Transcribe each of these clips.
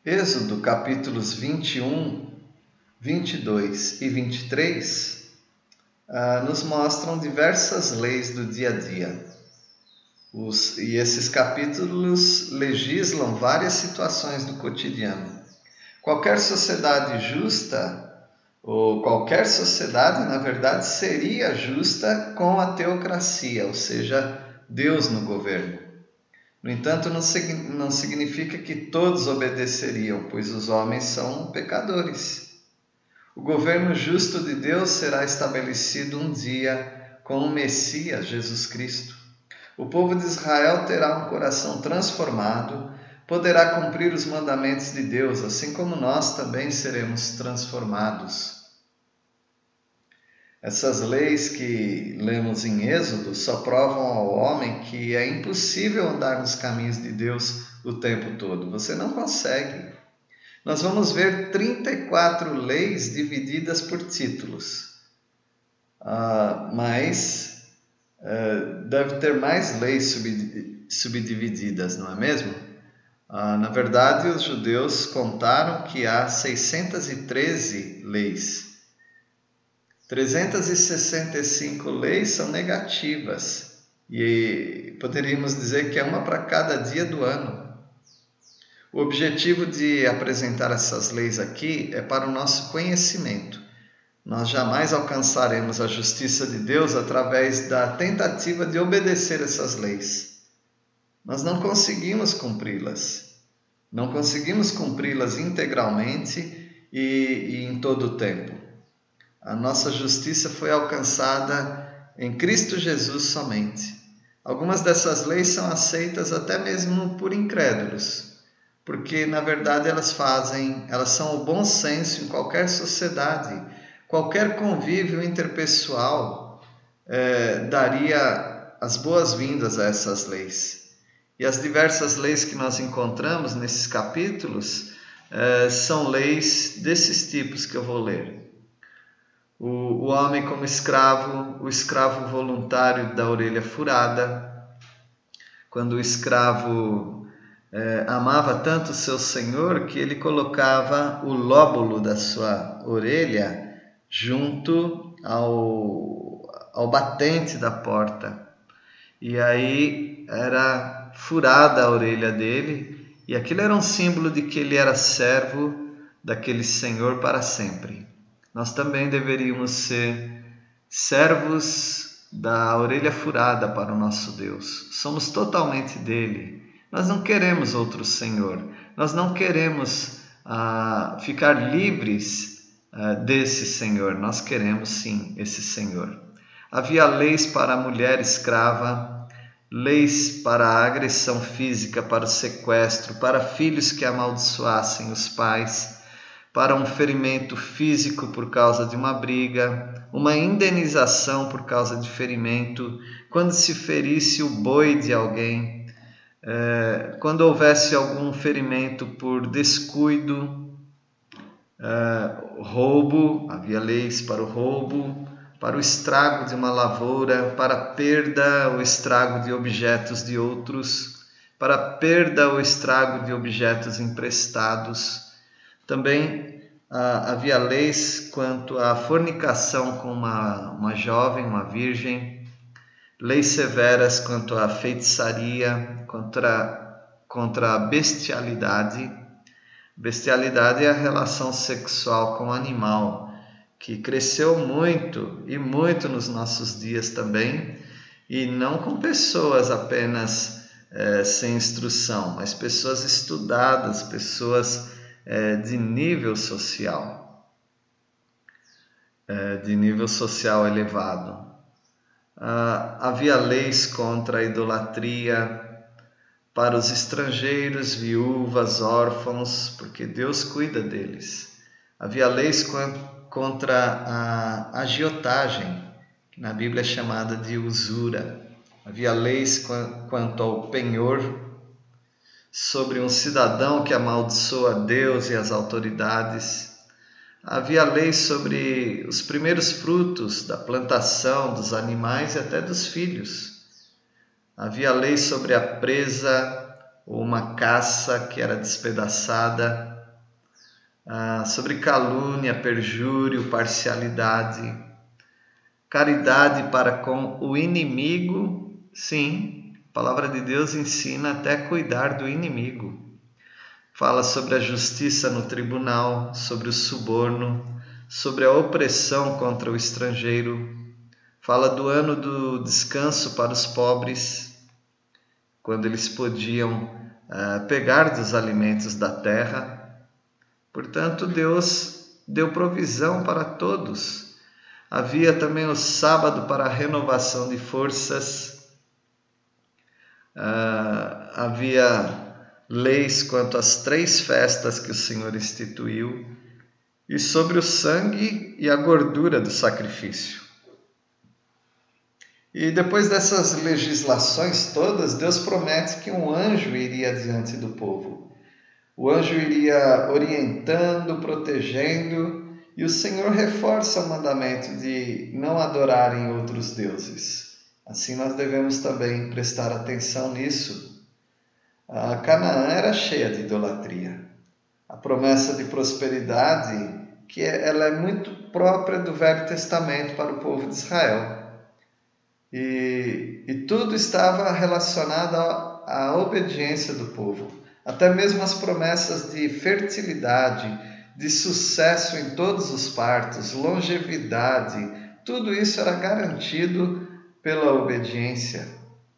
Êxodo capítulos 21, 22 e 23 nos mostram diversas leis do dia a dia. E esses capítulos legislam várias situações do cotidiano. Qualquer sociedade justa, ou qualquer sociedade, na verdade, seria justa com a teocracia, ou seja, Deus no governo. No entanto, não significa que todos obedeceriam, pois os homens são pecadores. O governo justo de Deus será estabelecido um dia com o Messias, Jesus Cristo. O povo de Israel terá um coração transformado, poderá cumprir os mandamentos de Deus, assim como nós também seremos transformados. Essas leis que lemos em Êxodo só provam ao homem que é impossível andar nos caminhos de Deus o tempo todo. Você não consegue. Nós vamos ver 34 leis divididas por títulos. Mas deve ter mais leis subdivididas, não é mesmo? Na verdade, os judeus contaram que há 613 leis. 365 leis são negativas e poderíamos dizer que é uma para cada dia do ano. O objetivo de apresentar essas leis aqui é para o nosso conhecimento. Nós jamais alcançaremos a justiça de Deus através da tentativa de obedecer essas leis. Nós não conseguimos cumpri-las. Não conseguimos cumpri-las integralmente e em todo o tempo. A nossa justiça foi alcançada em Cristo Jesus somente. Algumas dessas leis são aceitas até mesmo por incrédulos, porque na verdade elas são o bom senso em qualquer sociedade, qualquer convívio interpessoal daria as boas-vindas a essas leis. E as diversas leis que nós encontramos nesses capítulos são leis desses tipos que eu vou ler. O homem como escravo, o escravo voluntário da orelha furada. Quando o escravo amava tanto o seu senhor que ele colocava o lóbulo da sua orelha junto ao batente da porta. E aí era furada a orelha dele, e aquilo era um símbolo de que ele era servo daquele senhor para sempre. Nós também deveríamos ser servos da orelha furada para o nosso Deus. Somos totalmente dele. Nós não queremos outro Senhor. Nós não queremos ficar livres desse Senhor. Nós queremos sim esse Senhor. Havia leis para a mulher escrava, leis para a agressão física, para o sequestro, para filhos que amaldiçoassem os pais, para um ferimento físico por causa de uma briga, uma indenização por causa de ferimento, quando se ferisse o boi de alguém, quando houvesse algum ferimento por descuido, roubo, havia leis para o roubo, para o estrago de uma lavoura, para a perda ou estrago de objetos de outros, para a perda ou estrago de objetos emprestados. Também havia leis quanto à fornicação com uma jovem, uma virgem, leis severas quanto à feitiçaria, contra a bestialidade. Bestialidade é a relação sexual com o animal, que cresceu muito e muito nos nossos dias também, e não com pessoas apenas sem instrução, mas pessoas estudadas, pessoas de nível social elevado. Havia leis contra a idolatria para os estrangeiros, viúvas, órfãos, porque Deus cuida deles. Havia leis contra a agiotagem, que na Bíblia é chamada de usura. Havia leis quanto ao penhor, sobre um cidadão que amaldiçoa Deus e as autoridades. Havia leis sobre os primeiros frutos da plantação, dos animais e até dos filhos. Havia leis sobre a presa ou uma caça que era despedaçada. sobre calúnia, perjúrio, parcialidade, caridade para com o inimigo. Sim, a palavra de Deus ensina até cuidar do inimigo. Fala sobre a justiça no tribunal, sobre o suborno, sobre a opressão contra o estrangeiro. Fala do ano do descanso para os pobres, quando eles podiam pegar dos alimentos da terra. Portanto, Deus deu provisão para todos. Havia também o sábado para a renovação de forças. Havia leis quanto às 3 festas que o Senhor instituiu e sobre o sangue e a gordura do sacrifício. E depois dessas legislações todas, Deus promete que um anjo iria diante do povo. O anjo iria orientando, protegendo, e o Senhor reforça o mandamento de não adorarem outros deuses. Assim nós devemos também prestar atenção nisso. A Canaã era cheia de idolatria. A promessa de prosperidade, ela é muito própria do Velho Testamento para o povo de Israel. E tudo estava relacionado à obediência do povo. Até mesmo as promessas de fertilidade, de sucesso em todos os partos, longevidade, tudo isso era garantido pela obediência.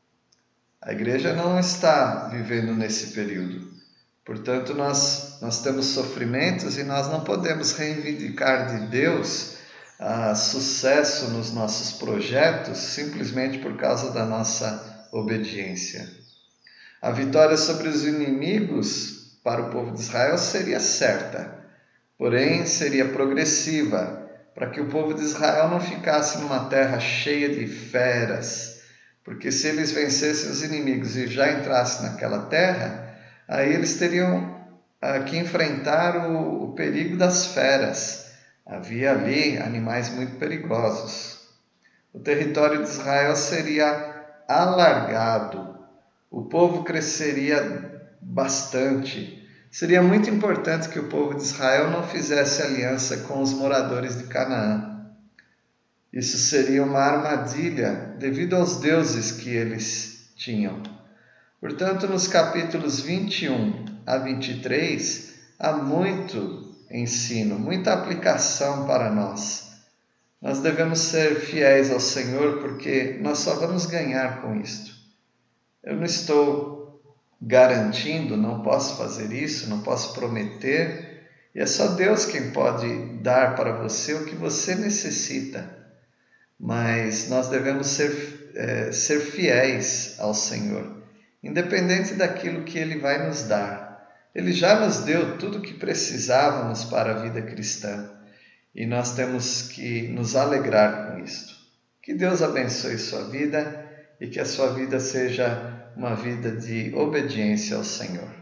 A igreja não está vivendo nesse período. Portanto, nós temos sofrimentos e nós não podemos reivindicar de Deus sucesso nos nossos projetos simplesmente por causa da nossa obediência. A vitória sobre os inimigos para o povo de Israel seria certa, porém seria progressiva, para que o povo de Israel não ficasse numa terra cheia de feras. Porque se eles vencessem os inimigos e já entrassem naquela terra, aí eles teriam que enfrentar o perigo das feras. Havia ali animais muito perigosos. O território de Israel seria alargado. O povo cresceria bastante. Seria muito importante que o povo de Israel não fizesse aliança com os moradores de Canaã. Isso seria uma armadilha devido aos deuses que eles tinham. Portanto, nos capítulos 21 a 23, há muito ensino, muita aplicação para nós. Nós devemos ser fiéis ao Senhor porque nós só vamos ganhar com isto. Eu não estou garantindo, não posso fazer isso, não posso prometer, e é só Deus quem pode dar para você o que você necessita. Mas nós devemos ser fiéis ao Senhor, independente daquilo que Ele vai nos dar. Ele já nos deu tudo o que precisávamos para a vida cristã e nós temos que nos alegrar com isto. Que Deus abençoe sua vida e que a sua vida seja uma vida de obediência ao Senhor.